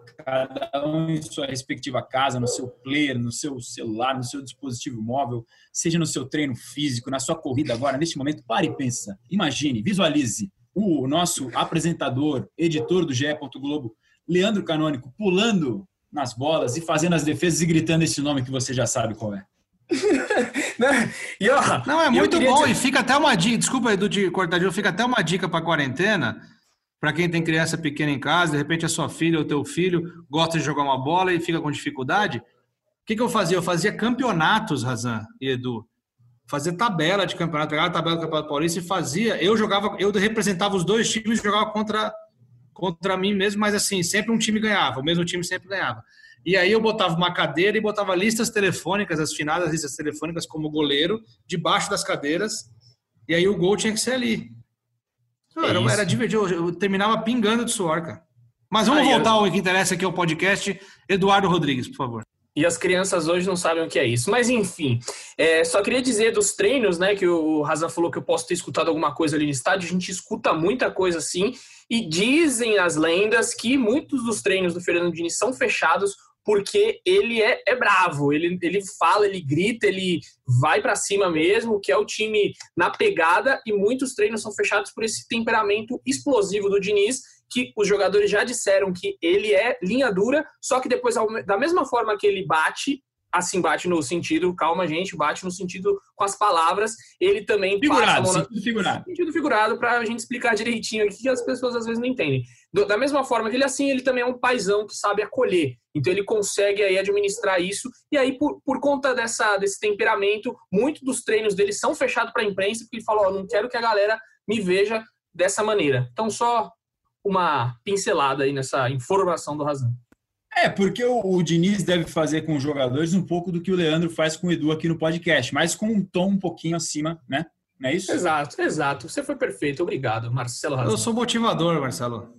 S5: cada um em sua respectiva casa, no seu player, no seu celular, no seu dispositivo móvel, seja no seu treino físico, na sua corrida agora, neste momento, pare e pensa, imagine, visualize o nosso apresentador, editor do G E. Globo, Leandro Canônico, pulando nas bolas e fazendo as defesas e gritando esse nome que você já sabe qual é.
S1: Não, e, ó, Não é muito bom, dizer... e fica até uma dica, desculpa Edu de cortar, fica até uma dica para quarentena. Para quem tem criança pequena em casa, de repente a sua filha ou teu filho gosta de jogar uma bola e fica com dificuldade. O que, que eu fazia? Eu fazia campeonatos, Razan e Edu. Fazia tabela de campeonato, pegava a tabela do Campeonato Paulista e fazia. Eu jogava, eu representava os dois times e jogava contra, contra mim mesmo, mas assim, sempre um time ganhava, o mesmo time sempre ganhava. E aí eu botava uma cadeira e botava listas telefônicas, as finadas listas telefônicas como goleiro, debaixo das cadeiras, e aí o gol tinha que ser ali. Não, era, era divertido, eu terminava pingando de suor, cara. Mas vamos Aí, voltar eu... ao que interessa aqui, ao podcast. Eduardo Rodrigues, por favor.
S6: E as crianças hoje não sabem o que é isso. Mas, enfim, é, só queria dizer dos treinos, né, que o Razan falou que eu posso ter escutado alguma coisa ali no estádio. A gente escuta muita coisa assim. E dizem as lendas que muitos dos treinos do Fernando Diniz são fechados porque ele é, é bravo, ele, ele fala, ele grita, ele vai para cima mesmo, que é o time na pegada, e muitos treinos são fechados por esse temperamento explosivo do Diniz, que os jogadores já disseram que ele é linha dura, só que depois, da mesma forma que ele bate, assim, bate no sentido, calma gente, bate no sentido com as palavras, ele também
S5: figurado,
S6: passa a mão na...
S5: sentido figurado.
S6: Sentido figurado, para a gente explicar direitinho aqui, que as pessoas às vezes não entendem. Do, da mesma forma que ele, assim, ele também é um paizão que sabe acolher, então ele consegue aí administrar isso, e aí por, por conta dessa, desse temperamento, muitos dos treinos dele são fechados para a imprensa, porque ele falou, ó, não quero que a galera me veja dessa maneira. Então só uma pincelada aí nessa informação do Razan.
S5: É, porque o, o Diniz deve fazer com os jogadores um pouco do que o Leandro faz com o Edu aqui no podcast, mas com um tom um pouquinho acima, né? Não é isso?
S6: Exato, exato. Você foi perfeito. Obrigado, Marcelo Razan.
S1: Eu sou motivador, Marcelo.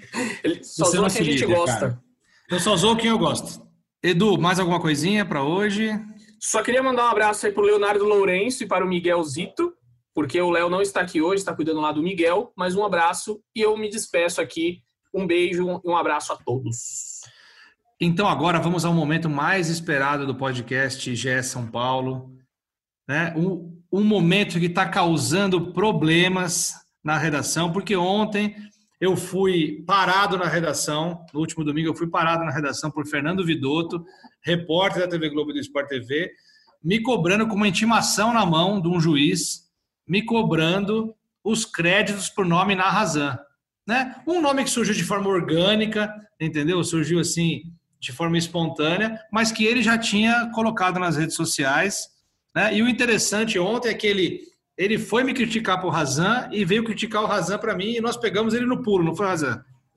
S6: Ele só zoa quem a gente gosta. Cara.
S1: Eu só zoo quem eu gosto. Edu, mais alguma coisinha para hoje?
S6: Só queria mandar um abraço aí pro Leonardo Lourenço e para o Miguel Zito, porque o Léo não está aqui hoje, está cuidando lá do Miguel, mas um abraço e eu me despeço aqui. Um beijo e um abraço a todos.
S1: Então agora vamos ao momento mais esperado do podcast G E São Paulo, né? Um, um momento que está causando problemas na redação, porque ontem eu fui parado na redação, no último domingo eu fui parado na redação por Fernando Vidotto, repórter da T V Globo e do Sport T V, me cobrando com uma intimação na mão de um juiz, me cobrando os créditos por nome na Razan, né? Um nome que surgiu de forma orgânica, entendeu? Surgiu assim de forma espontânea, mas que ele já tinha colocado nas redes sociais, né? E o interessante ontem é que ele, ele foi me criticar por Razan e veio criticar o Razan para mim e nós pegamos ele no pulo, não foi, Razan?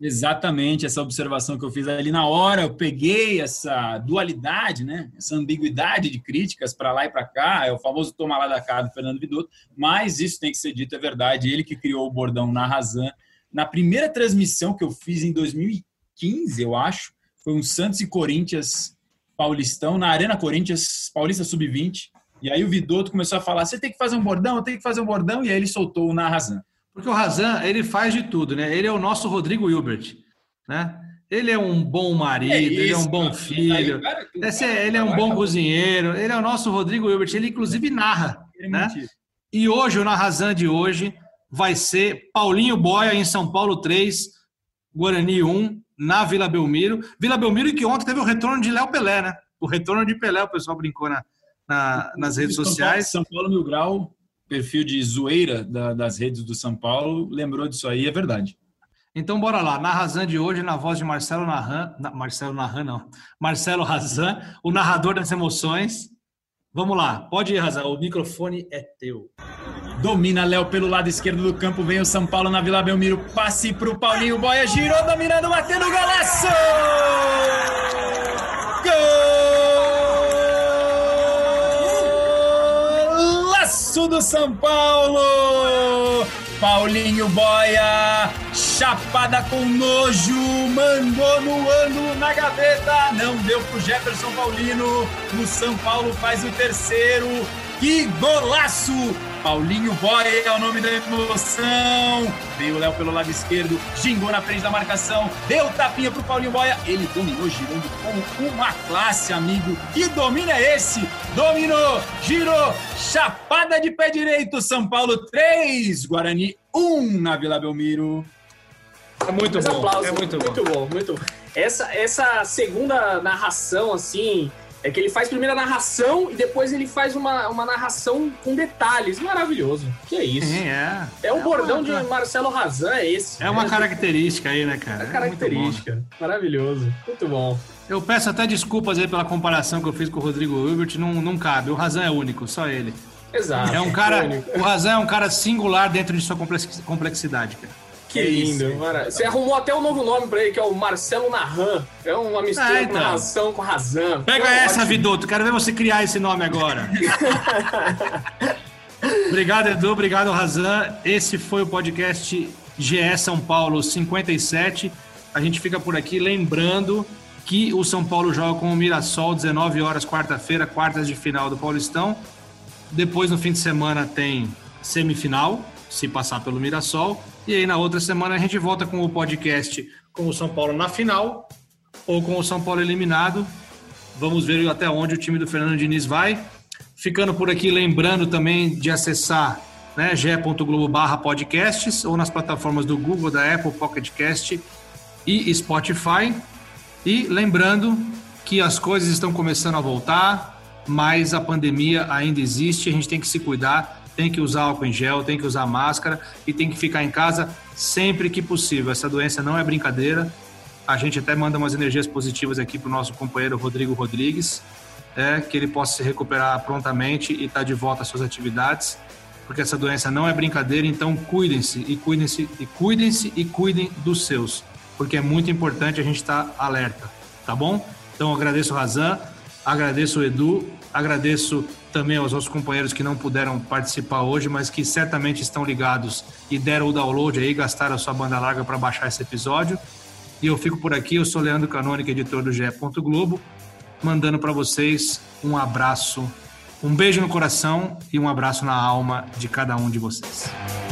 S5: Exatamente, essa observação que eu fiz ali na hora, eu peguei essa dualidade, né? Essa ambiguidade de críticas para lá e para cá, é o famoso toma lá da cá do Fernando Vidotto, mas isso tem que ser dito, é verdade, ele que criou o bordão na Razan. Na primeira transmissão que eu fiz em dois mil e quinze, eu acho, foi um Santos e Corinthians Paulistão, na Arena Corinthians, Paulista sub vinte, e aí o Vidotto começou a falar, você tem que fazer um bordão, eu tenho que fazer um bordão, e aí ele soltou o na Razan.
S1: Porque o Razan, ele faz de tudo, né? Ele é o nosso Rodrigo Hilbert, né? Ele é um bom marido, é isso, ele é um bom filho, aí, cara, Esse é, ele é um bom cozinheiro, ele é o nosso Rodrigo Hilbert, ele inclusive narra, né? E hoje, o Na Razan de hoje vai ser Paulinho Boia em São Paulo três, Guarani um, na Vila Belmiro. Vila Belmiro que ontem teve o retorno de Léo Pelé, né? O retorno de Pelé, o pessoal brincou na, na, nas redes
S5: São
S1: sociais.
S5: Paulo, São Paulo Mil Grau, perfil de zoeira da, das redes do São Paulo, lembrou disso aí, é verdade.
S1: Então, bora lá. Na Razan de hoje, na voz de Marcelo Narran... Na, Marcelo Narran, não. Marcelo Razan, o narrador das emoções. Vamos lá. Pode ir, Razan. O microfone é teu.
S5: Domina Léo pelo lado esquerdo do campo. Vem o São Paulo na Vila Belmiro. Passe para o Paulinho Boia. Girou, dominando, batendo golaço! Golaço do São Paulo! Paulinho Boia, chapada com nojo, mandou no ângulo na gaveta, não deu pro Jefferson Paulino, o São Paulo faz o terceiro, que golaço! Paulinho Boia é o nome da emoção, veio o Léo pelo lado esquerdo, gingou na frente da marcação, deu tapinha pro Paulinho Boia, ele dominou girando com uma classe, amigo, que domínio é esse? Dominou, girou, chapada de pé direito, São Paulo três, Guarani um na Vila Belmiro.
S6: É muito Mas bom, aplauso, é muito, muito bom. bom, muito bom. Essa, essa segunda narração, assim, é que ele faz primeiro a narração e depois ele faz uma, uma narração com detalhes. Maravilhoso. Que é isso?
S1: Sim, é.
S6: É o
S1: é
S6: bordão
S1: uma...
S6: de Marcelo Razan, é esse.
S1: É uma é, característica aí, né, cara?
S6: É uma característica. Muito Maravilhoso. Muito bom.
S1: Eu peço até desculpas aí pela comparação que eu fiz com o Rodrigo Hilbert. Não, não cabe. O Razan é único, só ele.
S6: Exato.
S1: É um cara, o Razan é um cara singular dentro de sua complexidade, cara.
S6: Que é lindo, isso, mara... Você arrumou até um novo nome pra ele, que é o Marcelo Narran. É uma mistura ah, então. com narração com Razan.
S1: Pega é essa, ótimo. Vidotto. Quero ver você criar esse nome agora. Obrigado, Edu. Obrigado, Razan. Esse foi o podcast G E São Paulo cinquenta e sete. A gente fica por aqui lembrando que o São Paulo joga com o Mirassol, dezenove horas, quarta-feira, quartas de final do Paulistão. Depois, no fim de semana, tem semifinal, se passar pelo Mirassol. E aí, na outra semana, a gente volta com o podcast com o São Paulo na final ou com o São Paulo eliminado. Vamos ver até onde o time do Fernando Diniz vai. Ficando por aqui, lembrando também de acessar, né, ge ponto globo barra podcasts ou nas plataformas do Google, da Apple, Pocket Cast e Spotify. E lembrando que as coisas estão começando a voltar, mas a pandemia ainda existe, a gente tem que se cuidar, tem que usar álcool em gel, tem que usar máscara e tem que ficar em casa sempre que possível. Essa doença não é brincadeira. A gente até manda umas energias positivas aqui para o nosso companheiro Rodrigo Rodrigues, é, que ele possa se recuperar prontamente e estar de volta às suas atividades, porque essa doença não é brincadeira, então cuidem-se e cuidem-se e cuidem-se e cuidem dos seus, porque é muito importante a gente estar alerta, tá bom? Então agradeço o Razan, agradeço o Edu, agradeço também aos nossos companheiros que não puderam participar hoje, mas que certamente estão ligados e deram o download aí, gastaram a sua banda larga para baixar esse episódio. E eu fico por aqui, eu sou Leandro Canônica, editor do G E. Globo, mandando para vocês um abraço, um beijo no coração e um abraço na alma de cada um de vocês.